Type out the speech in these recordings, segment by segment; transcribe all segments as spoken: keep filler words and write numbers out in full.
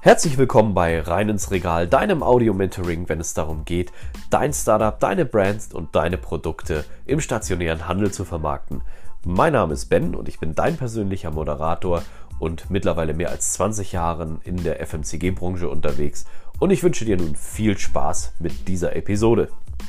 Herzlich willkommen bei Rein ins Regal, deinem Audio-Mentoring, wenn es darum geht, dein Startup, deine Brands und deine Produkte im stationären Handel zu vermarkten. Mein Name ist Ben und ich bin dein persönlicher Moderator und mittlerweile mehr als zwanzig Jahren in der F M C G-Branche unterwegs. Und ich wünsche dir nun viel Spaß mit dieser Episode.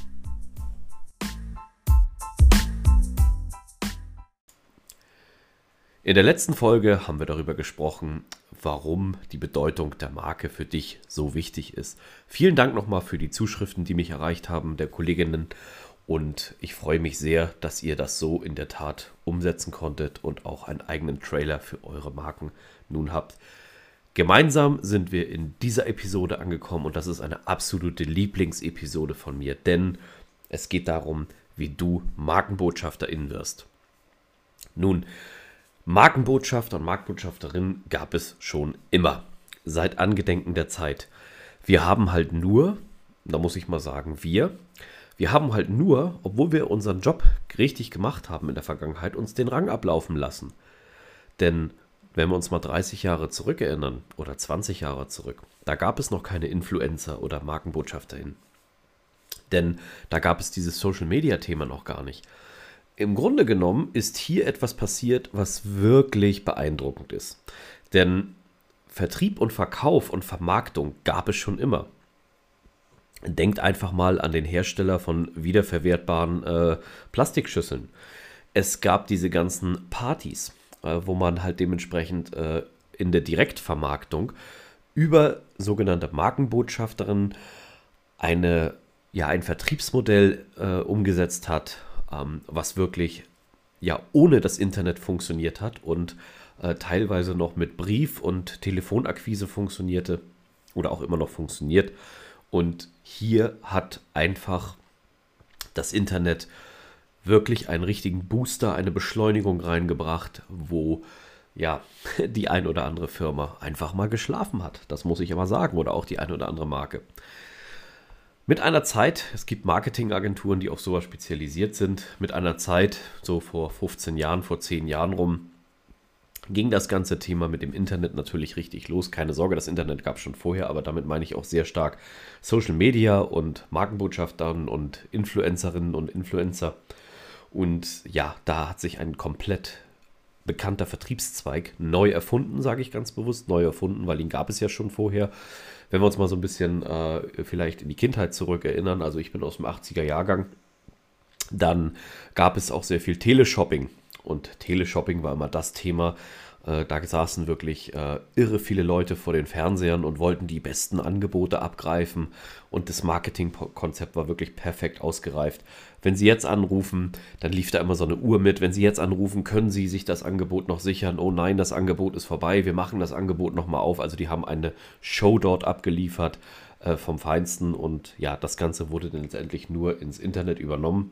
In der letzten Folge haben wir darüber gesprochen, warum die Bedeutung der Marke für dich so wichtig ist. Vielen Dank nochmal für die Zuschriften, die mich erreicht haben, der Kolleginnen. Und ich freue mich sehr, dass ihr das so in der Tat umsetzen konntet und auch einen eigenen Trailer für eure Marken nun habt. Gemeinsam sind wir in dieser Episode angekommen und das ist eine absolute Lieblingsepisode von mir, denn es geht darum, wie du Markenbotschafterin wirst. Nun, Markenbotschafter und Markenbotschafterinnen gab es schon immer, seit Angedenken der Zeit. Wir haben halt nur, da muss ich mal sagen, wir, wir haben halt nur, obwohl wir unseren Job richtig gemacht haben in der Vergangenheit, uns den Rang ablaufen lassen. Denn wenn wir uns mal dreißig Jahre zurückerinnern oder zwanzig Jahre zurück, da gab es noch keine Influencer oder MarkenbotschafterInnen. Denn da gab es dieses Social-Media-Thema noch gar nicht. Im Grunde genommen ist hier etwas passiert, was wirklich beeindruckend ist. Denn Vertrieb und Verkauf und Vermarktung gab es schon immer. Denkt einfach mal an den Hersteller von wiederverwertbaren äh, Plastikschüsseln. Es gab diese ganzen Partys, äh, wo man halt dementsprechend äh, in der Direktvermarktung über sogenannte Markenbotschafterinnen eine, ja, ein Vertriebsmodell äh, umgesetzt hat, was wirklich ja ohne das Internet funktioniert hat und äh, teilweise noch mit Brief- und Telefonakquise funktionierte oder auch immer noch funktioniert. Und hier hat einfach das Internet wirklich einen richtigen Booster, eine Beschleunigung reingebracht, wo ja die ein oder andere Firma einfach mal geschlafen hat. Das muss ich aber sagen, oder auch die ein oder andere Marke. Mit einer Zeit, es gibt Marketingagenturen, die auf sowas spezialisiert sind, mit einer Zeit, so vor fünfzehn Jahren, vor zehn Jahren rum, ging das ganze Thema mit dem Internet natürlich richtig los. Keine Sorge, das Internet gab es schon vorher, aber damit meine ich auch sehr stark Social Media und Markenbotschaftern und Influencerinnen und Influencer. Und ja, da hat sich ein komplett bekannter Vertriebszweig neu erfunden, sage ich ganz bewusst, neu erfunden, weil ihn gab es ja schon vorher. Wenn wir uns mal so ein bisschen äh, vielleicht in die Kindheit zurückerinnern, also ich bin aus dem achtziger Jahrgang, dann gab es auch sehr viel Teleshopping. Und Teleshopping war immer das Thema, äh, da saßen wirklich äh, irre viele Leute vor den Fernsehern und wollten die besten Angebote abgreifen. Und das Marketingkonzept war wirklich perfekt ausgereift. Wenn Sie jetzt anrufen, dann lief da immer so eine Uhr mit. Wenn Sie jetzt anrufen, können Sie sich das Angebot noch sichern. Oh nein, das Angebot ist vorbei. Wir machen das Angebot nochmal auf. Also die haben eine Show dort abgeliefert äh, vom Feinsten. Und ja, das Ganze wurde dann letztendlich nur ins Internet übernommen.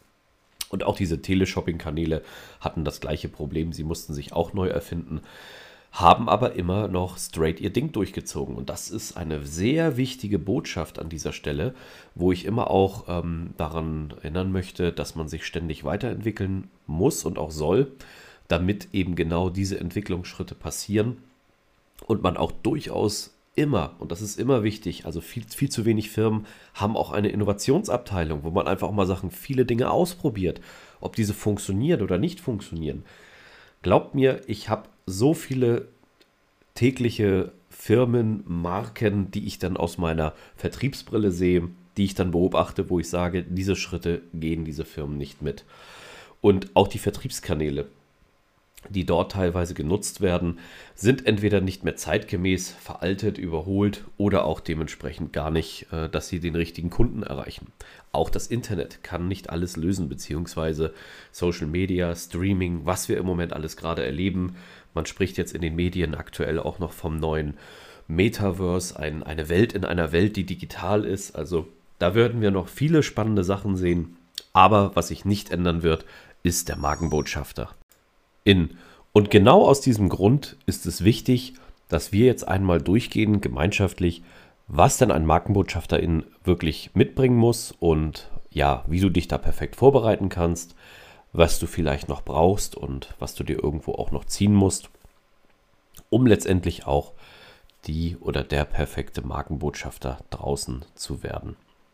Und auch diese Teleshopping-Kanäle hatten das gleiche Problem. Sie mussten sich auch neu erfinden, haben aber immer noch straight ihr Ding durchgezogen. Und das ist eine sehr wichtige Botschaft an dieser Stelle, wo ich immer auch ähm, daran erinnern möchte, dass man sich ständig weiterentwickeln muss und auch soll, damit eben genau diese Entwicklungsschritte passieren und man auch durchaus immer, und das ist immer wichtig, also viel, viel zu wenig Firmen haben auch eine Innovationsabteilung, wo man einfach auch mal Sachen, viele Dinge ausprobiert, ob diese funktionieren oder nicht funktionieren. Glaubt mir, ich habe so viele tägliche Firmen, Marken, die ich dann aus meiner Vertriebsbrille sehe, die ich dann beobachte, wo ich sage, diese Schritte gehen diese Firmen nicht mit. Und auch die Vertriebskanäle, die dort teilweise genutzt werden, sind entweder nicht mehr zeitgemäß, veraltet, überholt oder auch dementsprechend gar nicht, äh, dass sie den richtigen Kunden erreichen. Auch das Internet kann nicht alles lösen, beziehungsweise Social Media, Streaming, was wir im Moment alles gerade erleben. Man spricht jetzt in den Medien aktuell auch noch vom neuen Metaverse, ein, eine Welt in einer Welt, die digital ist. Also da werden wir noch viele spannende Sachen sehen. Aber was sich nicht ändern wird, ist der Markenbotschafter. In. Und genau aus diesem Grund ist es wichtig, dass wir jetzt einmal durchgehen, gemeinschaftlich, was denn ein Markenbotschafterin wirklich mitbringen muss und ja, wie du dich da perfekt vorbereiten kannst, was du vielleicht noch brauchst und was du dir irgendwo auch noch ziehen musst, um letztendlich auch die oder der perfekte Markenbotschafter draußen zu werden.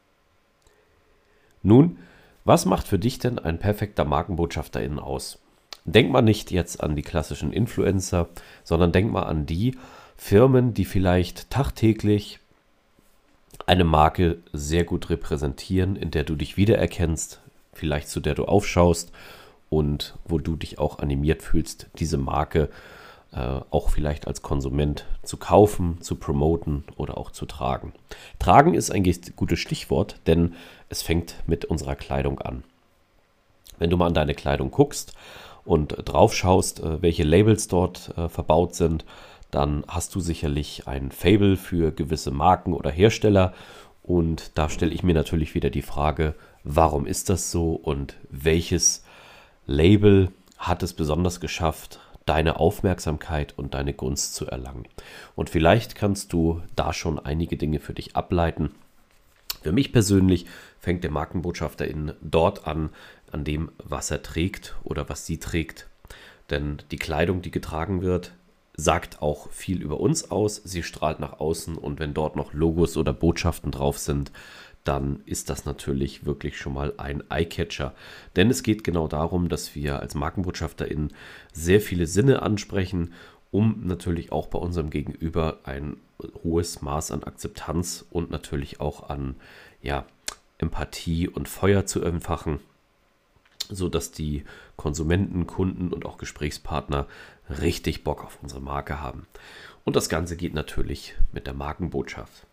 Nun, was macht für dich denn ein perfekter MarkenbotschafterInnen aus? Denk mal nicht jetzt an die klassischen Influencer, sondern denk mal an die Firmen, die vielleicht tagtäglich eine Marke sehr gut repräsentieren, in der du dich wiedererkennst, vielleicht zu der du aufschaust und wo du dich auch animiert fühlst, diese Marke äh, auch vielleicht als Konsument zu kaufen, zu promoten oder auch zu tragen. Tragen ist ein gutes Stichwort, denn es fängt mit unserer Kleidung an. Wenn du mal an deine Kleidung guckst und drauf schaust, äh, welche Labels dort äh, verbaut sind, dann hast du sicherlich ein Faible für gewisse Marken oder Hersteller. Und da stelle ich mir natürlich wieder die Frage, warum ist das so und welches Label hat es besonders geschafft, deine Aufmerksamkeit und deine Gunst zu erlangen. Und vielleicht kannst du da schon einige Dinge für dich ableiten. Für mich persönlich fängt der MarkenbotschafterInnen dort an, an dem, was er trägt oder was sie trägt. Denn die Kleidung, die getragen wird, sagt auch viel über uns aus. Sie strahlt nach außen und wenn dort noch Logos oder Botschaften drauf sind, dann ist das natürlich wirklich schon mal ein Eyecatcher. Denn es geht genau darum, dass wir als MarkenbotschafterInnen sehr viele Sinne ansprechen, um natürlich auch bei unserem Gegenüber ein hohes Maß an Akzeptanz und natürlich auch an ja, Empathie und Feuer zu entfachen, sodass die Konsumenten, Kunden und auch Gesprächspartner richtig Bock auf unsere Marke haben. Und das Ganze geht natürlich mit der Markenbotschaft.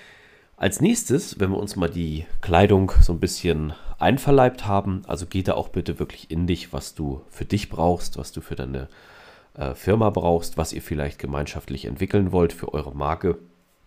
Als nächstes, wenn wir uns mal die Kleidung so ein bisschen einverleibt haben, also geh da auch bitte wirklich in dich, was du für dich brauchst, was du für deine äh, Firma brauchst, was ihr vielleicht gemeinschaftlich entwickeln wollt für eure Marke,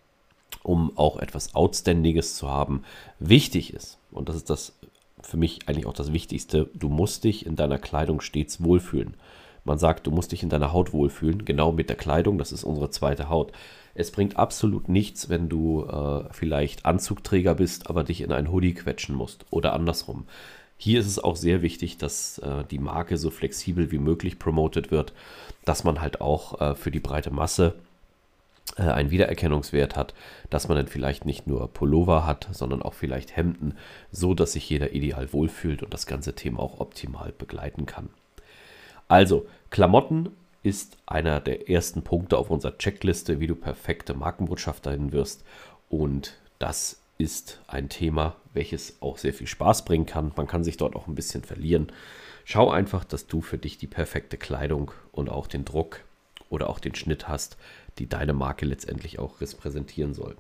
um auch etwas Outstandinges zu haben. Wichtig ist, und das ist das für mich eigentlich auch das Wichtigste, du musst dich in deiner Kleidung stets wohlfühlen. Man sagt, du musst dich in deiner Haut wohlfühlen, genau mit der Kleidung, das ist unsere zweite Haut. Es bringt absolut nichts, wenn du äh, vielleicht Anzugträger bist, aber dich in ein Hoodie quetschen musst oder andersrum. Hier ist es auch sehr wichtig, dass äh, die Marke so flexibel wie möglich promotet wird, dass man halt auch äh, für die breite Masse äh, einen Wiedererkennungswert hat, dass man dann vielleicht nicht nur Pullover hat, sondern auch vielleicht Hemden, so dass sich jeder ideal wohlfühlt und das ganze Thema auch optimal begleiten kann. Also, Klamotten ist einer der ersten Punkte auf unserer Checkliste, wie du perfekte Markenbotschafterin wirst. Und das ist ein Thema, welches auch sehr viel Spaß bringen kann. Man kann sich dort auch ein bisschen verlieren. Schau einfach, dass du für dich die perfekte Kleidung und auch den Druck oder auch den Schnitt hast, die deine Marke letztendlich auch repräsentieren soll.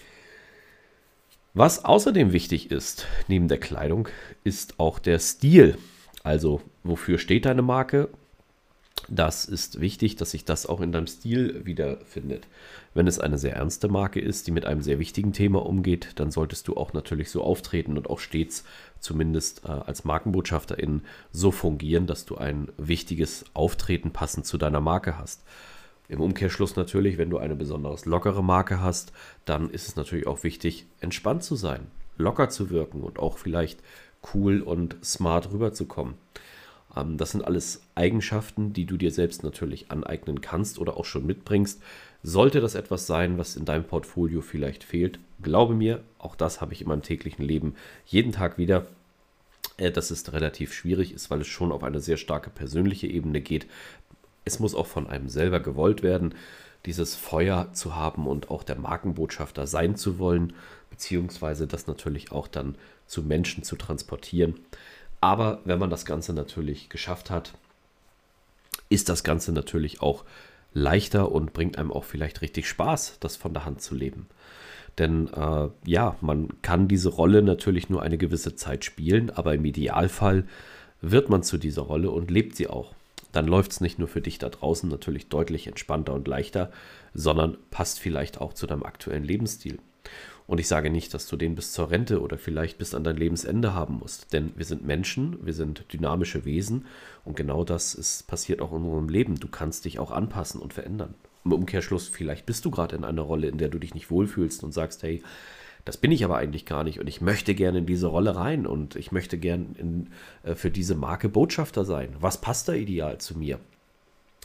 Was außerdem wichtig ist, neben der Kleidung, ist auch der Stil. Also, wofür steht deine Marke? Das ist wichtig, dass sich das auch in deinem Stil wiederfindet. Wenn es eine sehr ernste Marke ist, die mit einem sehr wichtigen Thema umgeht, dann solltest du auch natürlich so auftreten und auch stets zumindest äh, als Markenbotschafterin so fungieren, dass du ein wichtiges Auftreten passend zu deiner Marke hast. Im Umkehrschluss natürlich, wenn du eine besonders lockere Marke hast, dann ist es natürlich auch wichtig, entspannt zu sein, locker zu wirken und auch vielleicht cool und smart rüberzukommen. Das sind alles Eigenschaften, die du dir selbst natürlich aneignen kannst oder auch schon mitbringst. Sollte das etwas sein, was in deinem Portfolio vielleicht fehlt, glaube mir, auch das habe ich in meinem täglichen Leben jeden Tag wieder, dass es relativ schwierig ist, weil es schon auf eine sehr starke persönliche Ebene geht. Es muss auch von einem selber gewollt werden, dieses Feuer zu haben und auch der Markenbotschafter sein zu wollen, beziehungsweise das natürlich auch dann zu Menschen zu transportieren. Aber wenn man das Ganze natürlich geschafft hat, ist das Ganze natürlich auch leichter und bringt einem auch vielleicht richtig Spaß, das von der Hand zu leben. Denn äh, ja, man kann diese Rolle natürlich nur eine gewisse Zeit spielen, aber im Idealfall wird man zu dieser Rolle und lebt sie auch. Dann läuft es nicht nur für dich da draußen natürlich deutlich entspannter und leichter, sondern passt vielleicht auch zu deinem aktuellen Lebensstil. Und ich sage nicht, dass du den bis zur Rente oder vielleicht bis an dein Lebensende haben musst. Denn wir sind Menschen, wir sind dynamische Wesen und genau das ist, passiert auch in unserem Leben. Du kannst dich auch anpassen und verändern. Im Umkehrschluss, vielleicht bist du gerade in einer Rolle, in der du dich nicht wohlfühlst und sagst, hey, das bin ich aber eigentlich gar nicht und ich möchte gerne in diese Rolle rein und ich möchte gerne in, äh, für diese Marke Botschafter sein. Was passt da ideal zu mir?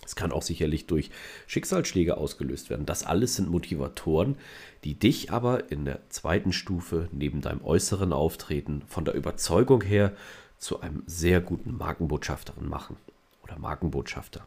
Es kann auch sicherlich durch Schicksalsschläge ausgelöst werden. Das alles sind Motivatoren, die dich aber in der zweiten Stufe neben deinem äußeren Auftreten von der Überzeugung her zu einem sehr guten Markenbotschafterin machen oder Markenbotschafter.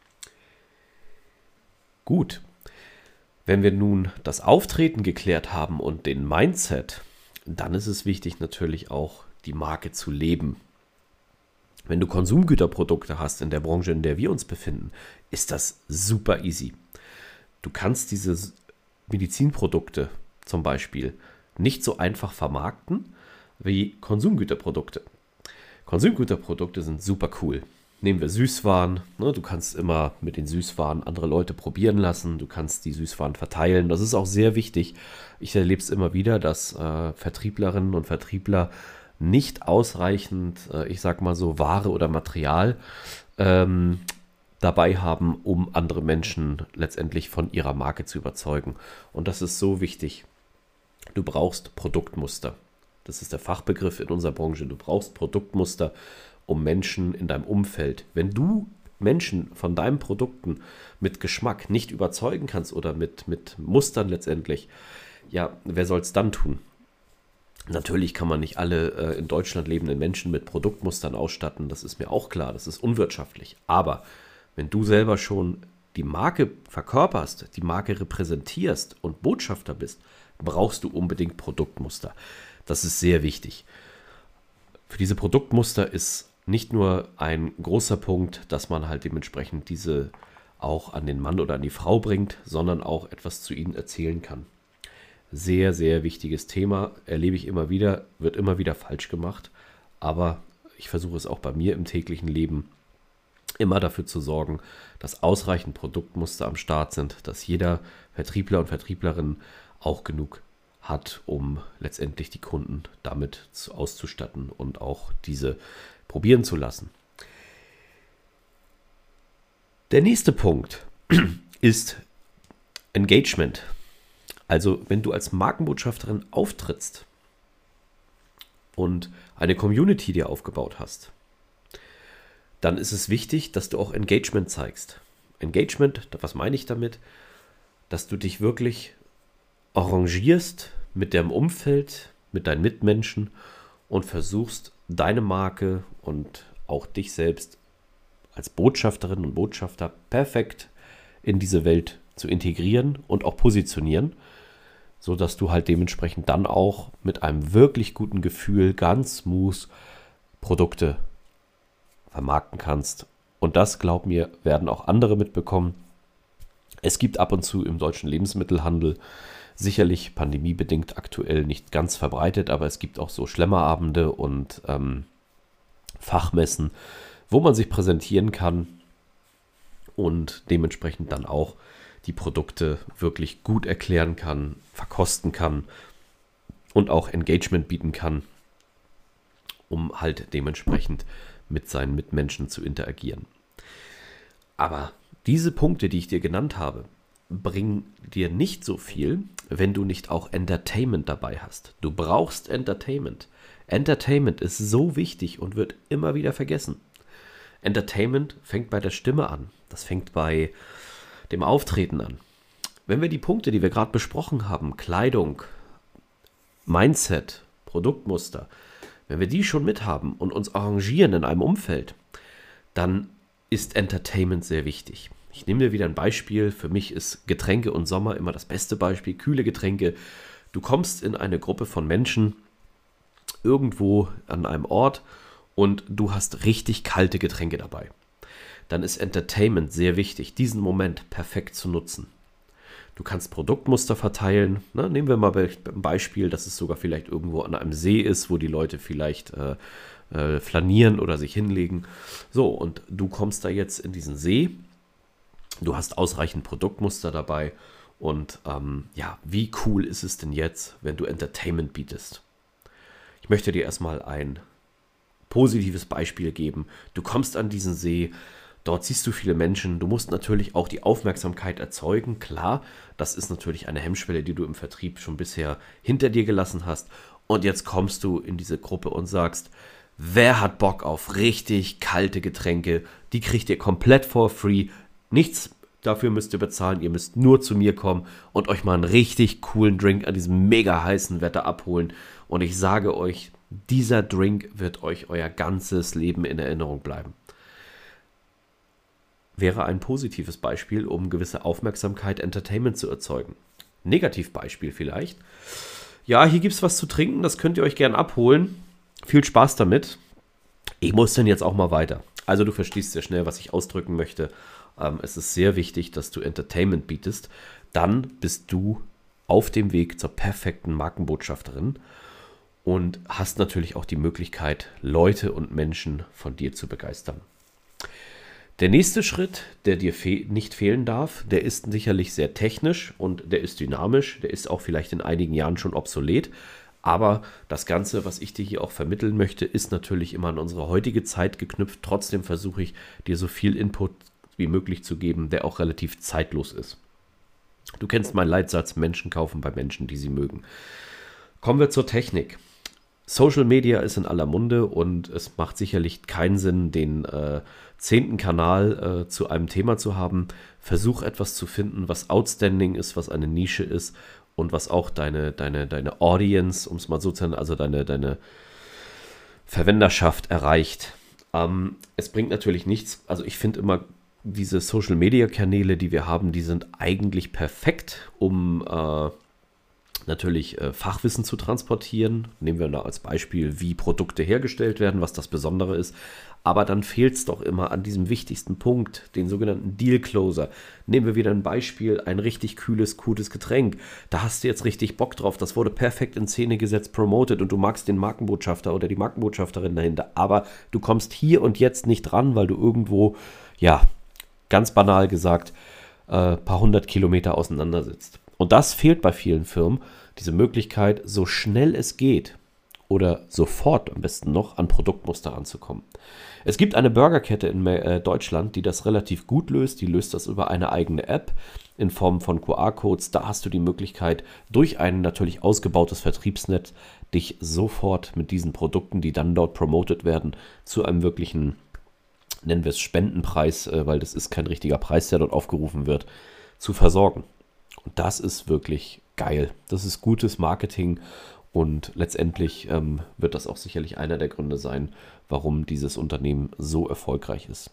Gut, wenn wir nun das Auftreten geklärt haben und den Mindset, dann ist es wichtig natürlich auch die Marke zu leben. Wenn du Konsumgüterprodukte hast in der Branche, in der wir uns befinden, ist das super easy. Du kannst diese Medizinprodukte zum Beispiel nicht so einfach vermarkten wie Konsumgüterprodukte. Konsumgüterprodukte sind super cool. Nehmen wir Süßwaren. Ne, du kannst immer mit den Süßwaren andere Leute probieren lassen. Du kannst die Süßwaren verteilen. Das ist auch sehr wichtig. Ich erlebe es immer wieder, dass äh, Vertrieblerinnen und Vertriebler nicht ausreichend, äh, ich sag mal so, Ware oder Material ähm, dabei haben, um andere Menschen letztendlich von ihrer Marke zu überzeugen. Und das ist so wichtig. Du brauchst Produktmuster. Das ist der Fachbegriff in unserer Branche. Du brauchst Produktmuster, um Menschen in deinem Umfeld. Wenn du Menschen von deinen Produkten mit Geschmack nicht überzeugen kannst oder mit, mit Mustern letztendlich, ja, wer soll es dann tun? Natürlich kann man nicht alle äh, in Deutschland lebenden Menschen mit Produktmustern ausstatten, das ist mir auch klar, das ist unwirtschaftlich. Aber wenn du selber schon die Marke verkörperst, die Marke repräsentierst und Botschafter bist, brauchst du unbedingt Produktmuster. Das ist sehr wichtig. Für diese Produktmuster ist nicht nur ein großer Punkt, dass man halt dementsprechend diese auch an den Mann oder an die Frau bringt, sondern auch etwas zu ihnen erzählen kann. Sehr, sehr wichtiges Thema, erlebe ich immer wieder, wird immer wieder falsch gemacht, aber ich versuche es auch bei mir im täglichen Leben immer dafür zu sorgen, dass ausreichend Produktmuster am Start sind, dass jeder Vertriebler und Vertrieblerin auch genug hat, um letztendlich die Kunden damit zu, auszustatten und auch diese probieren zu lassen. Der nächste Punkt ist Engagement. Also wenn du als Markenbotschafterin auftrittst und eine Community dir aufgebaut hast, dann ist es wichtig, dass du auch Engagement zeigst. Engagement, was meine ich damit? Dass du dich wirklich arrangierst mit deinem Umfeld, mit deinen Mitmenschen und versuchst, deine Marke und auch dich selbst als Botschafterin und Botschafter perfekt in diese Welt zu integrieren und auch positionieren, sodass du halt dementsprechend dann auch mit einem wirklich guten Gefühl ganz smooth Produkte vermarkten kannst. Und das, glaub mir, werden auch andere mitbekommen. Es gibt ab und zu im deutschen Lebensmittelhandel, sicherlich pandemiebedingt aktuell nicht ganz verbreitet, aber es gibt auch so Schlemmerabende und ähm, Fachmessen, wo man sich präsentieren kann und dementsprechend dann auch die Produkte wirklich gut erklären kann, verkosten kann und auch Engagement bieten kann, um halt dementsprechend mit seinen Mitmenschen zu interagieren. Aber diese Punkte, die ich dir genannt habe, bringen dir nicht so viel, wenn du nicht auch Entertainment dabei hast. Du brauchst Entertainment. Entertainment ist so wichtig und wird immer wieder vergessen. Entertainment fängt bei der Stimme an. Das fängt bei dem Auftreten an. Wenn wir die Punkte, die wir gerade besprochen haben, Kleidung, Mindset, Produktmuster, wenn wir die schon mithaben und uns arrangieren in einem Umfeld, dann ist Entertainment sehr wichtig. Ich nehme dir wieder ein Beispiel. Für mich ist Getränke und Sommer immer das beste Beispiel. Kühle Getränke. Du kommst in eine Gruppe von Menschen irgendwo an einem Ort und du hast richtig kalte Getränke dabei. Dann ist Entertainment sehr wichtig, diesen Moment perfekt zu nutzen. Du kannst Produktmuster verteilen. Ne? Nehmen wir mal ein Beispiel, dass es sogar vielleicht irgendwo an einem See ist, wo die Leute vielleicht äh, äh, flanieren oder sich hinlegen. So, und du kommst da jetzt in diesen See. Du hast ausreichend Produktmuster dabei. Und ähm, ja, wie cool ist es denn jetzt, wenn du Entertainment bietest? Ich möchte dir erstmal ein positives Beispiel geben. Du kommst an diesen See. Dort siehst du viele Menschen. Du musst natürlich auch die Aufmerksamkeit erzeugen. Klar, das ist natürlich eine Hemmschwelle, die du im Vertrieb schon bisher hinter dir gelassen hast. Und jetzt kommst du in diese Gruppe und sagst, wer hat Bock auf richtig kalte Getränke? Die kriegt ihr komplett for free. Nichts dafür müsst ihr bezahlen. Ihr müsst nur zu mir kommen und euch mal einen richtig coolen Drink an diesem mega heißen Wetter abholen. Und ich sage euch, dieser Drink wird euch euer ganzes Leben in Erinnerung bleiben. Wäre ein positives Beispiel, um gewisse Aufmerksamkeit, Entertainment zu erzeugen. Negativbeispiel vielleicht. Ja, hier gibt es was zu trinken, das könnt ihr euch gern abholen. Viel Spaß damit. Ich muss dann jetzt auch mal weiter. Also du verstehst sehr schnell, was ich ausdrücken möchte. Ähm, es ist sehr wichtig, dass du Entertainment bietest. Dann bist du auf dem Weg zur perfekten Markenbotschafterin und hast natürlich auch die Möglichkeit, Leute und Menschen von dir zu begeistern. Der nächste Schritt, der dir fe- nicht fehlen darf, der ist sicherlich sehr technisch und der ist dynamisch, der ist auch vielleicht in einigen Jahren schon obsolet, aber das Ganze, was ich dir hier auch vermitteln möchte, ist natürlich immer an unsere heutige Zeit geknüpft. Trotzdem versuche ich dir so viel Input wie möglich zu geben, der auch relativ zeitlos ist. Du kennst meinen Leitsatz, Menschen kaufen bei Menschen, die sie mögen. Kommen wir zur Technik. Social Media ist in aller Munde und es macht sicherlich keinen Sinn, den äh, zehnten Kanal äh, zu einem Thema zu haben. Versuch etwas zu finden, was outstanding ist, was eine Nische ist und was auch deine, deine, deine Audience, um es mal so zu nennen, also deine, deine Verwenderschaft erreicht. Ähm, es bringt natürlich nichts, also ich finde immer, diese Social Media Kanäle, die wir haben, die sind eigentlich perfekt, um äh, natürlich äh, Fachwissen zu transportieren. Nehmen wir da als Beispiel, wie Produkte hergestellt werden, was das Besondere ist. Aber dann fehlt es doch immer an diesem wichtigsten Punkt, den sogenannten Deal Closer. Nehmen wir wieder ein Beispiel, ein richtig kühles, cooles Getränk. Da hast du jetzt richtig Bock drauf. Das wurde perfekt in Szene gesetzt, promoted und du magst den Markenbotschafter oder die Markenbotschafterin dahinter. Aber du kommst hier und jetzt nicht ran, weil du irgendwo, ja, ganz banal gesagt, ein äh, paar hundert Kilometer auseinander sitzt. Und das fehlt bei vielen Firmen, diese Möglichkeit, so schnell es geht oder sofort am besten noch an Produktmuster ranzukommen. Es gibt eine Burgerkette in äh, Deutschland, die das relativ gut löst. Die löst das über eine eigene App in Form von Q R-Codes. Da hast du die Möglichkeit, durch ein natürlich ausgebautes Vertriebsnetz dich sofort mit diesen Produkten, die dann dort promotet werden, zu einem wirklichen, nennen wir es Spendenpreis, äh, weil das ist kein richtiger Preis, der dort aufgerufen wird, zu versorgen. Und das ist wirklich geil. Das ist gutes Marketing und letztendlich ähm, wird das auch sicherlich einer der Gründe sein, warum dieses Unternehmen so erfolgreich ist.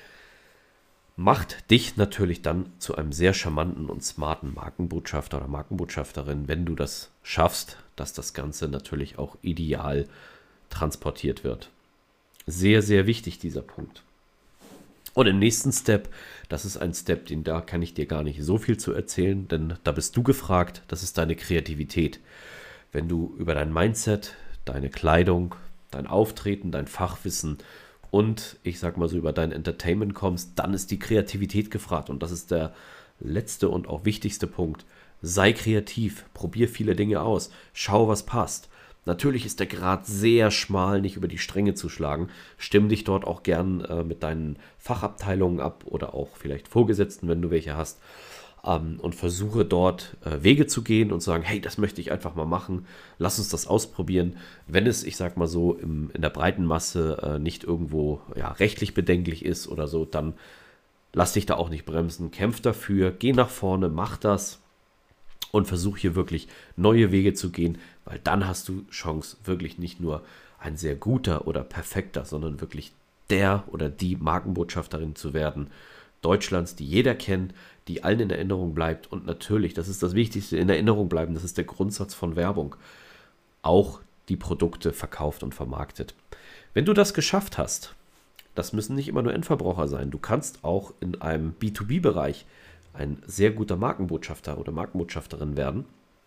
Macht dich natürlich dann zu einem sehr charmanten und smarten Markenbotschafter oder Markenbotschafterin, wenn du das schaffst, dass das Ganze natürlich auch ideal transportiert wird. Sehr, sehr wichtig dieser Punkt. Und im nächsten Step, das ist ein Step, den da kann ich dir gar nicht so viel zu erzählen, denn da bist du gefragt, das ist deine Kreativität. Wenn du über dein Mindset, deine Kleidung, dein Auftreten, dein Fachwissen und ich sag mal so über dein Entertainment kommst, dann ist die Kreativität gefragt und das ist der letzte und auch wichtigste Punkt. Sei kreativ, probier viele Dinge aus, schau, was passt. Natürlich ist der Grad sehr schmal, nicht über die Stränge zu schlagen. Stimm dich dort auch gern äh, mit deinen Fachabteilungen ab oder auch vielleicht Vorgesetzten, wenn du welche hast. Ähm, und versuche dort äh, Wege zu gehen und sagen, hey, das möchte ich einfach mal machen. Lass uns das ausprobieren. Wenn es, ich sag mal so, im, in der breiten Masse äh, nicht irgendwo ja, rechtlich bedenklich ist oder so, dann lass dich da auch nicht bremsen. Kämpf dafür, geh nach vorne, mach das. Und versuch hier wirklich neue Wege zu gehen, weil dann hast du Chance, wirklich nicht nur ein sehr guter oder perfekter, sondern wirklich der oder die Markenbotschafterin zu werden Deutschlands, die jeder kennt, die allen in Erinnerung bleibt und natürlich, das ist das Wichtigste, in Erinnerung bleiben, das ist der Grundsatz von Werbung, auch die Produkte verkauft und vermarktet. Wenn du das geschafft hast, das müssen nicht immer nur Endverbraucher sein, du kannst auch in einem B zwei B-Bereich ein sehr guter Markenbotschafter oder Markenbotschafterin werden.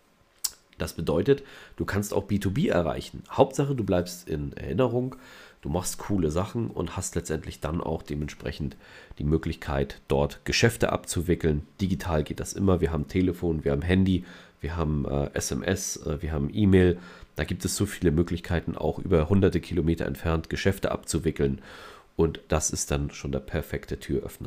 Das bedeutet, du kannst auch B zwei B erreichen. Hauptsache, du bleibst in Erinnerung, du machst coole Sachen und hast letztendlich dann auch dementsprechend die Möglichkeit, dort Geschäfte abzuwickeln. Digital geht das immer. Wir haben Telefon, wir haben Handy, wir haben äh, S M S, äh, wir haben E-Mail. Da gibt es so viele Möglichkeiten, auch über hunderte Kilometer entfernt Geschäfte abzuwickeln. Und das ist dann schon der perfekte Türöffner.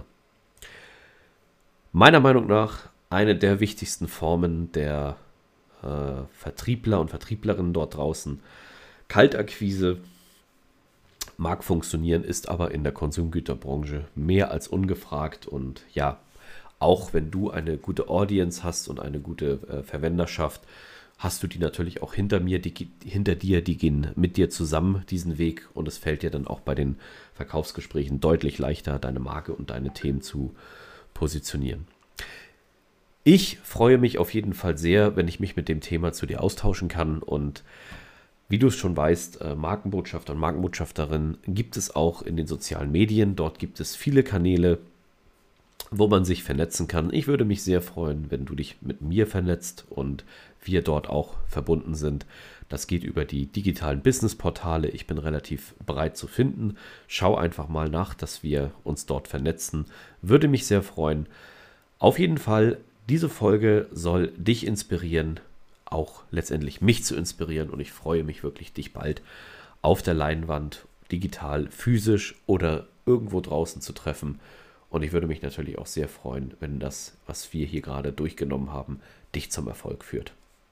Meiner Meinung nach eine der wichtigsten Formen der äh, Vertriebler und Vertrieblerinnen dort draußen. Kaltakquise, mag funktionieren, ist aber in der Konsumgüterbranche mehr als ungefragt. Und ja, auch wenn du eine gute Audience hast und eine gute äh, Verwenderschaft, hast du die natürlich auch hinter mir, die hinter dir, die gehen mit dir zusammen diesen Weg, und es fällt dir dann auch bei den Verkaufsgesprächen deutlich leichter, deine Marke und deine Themen zu positionieren. Ich freue mich auf jeden Fall sehr, wenn ich mich mit dem Thema zu dir austauschen kann, und wie du es schon weißt, äh, Markenbotschafter und Markenbotschafterinnen gibt es auch in den sozialen Medien. Dort gibt es viele Kanäle, wo man sich vernetzen kann. Ich würde mich sehr freuen, wenn du dich mit mir vernetzt und wir dort auch verbunden sind. Das geht über die digitalen Business-Portale. Ich bin relativ bereit zu finden. Schau einfach mal nach, dass wir uns dort vernetzen. Würde mich sehr freuen. Auf jeden Fall, diese Folge soll dich inspirieren, auch letztendlich mich zu inspirieren, und ich freue mich wirklich, dich bald auf der Leinwand, digital, physisch oder irgendwo draußen zu treffen. Und ich würde mich natürlich auch sehr freuen, wenn das, was wir hier gerade durchgenommen haben, dich zum Erfolg führt.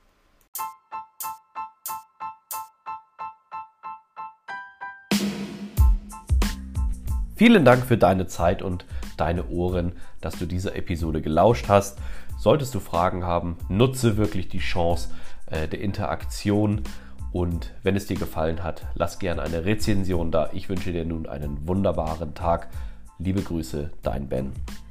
Vielen Dank für deine Zeit und deine Ohren, dass du dieser Episode gelauscht hast. Solltest du Fragen haben, nutze wirklich die Chance äh, der Interaktion, und wenn es dir gefallen hat, lass gerne eine Rezension da. Ich wünsche dir nun einen wunderbaren Tag. Liebe Grüße, dein Ben.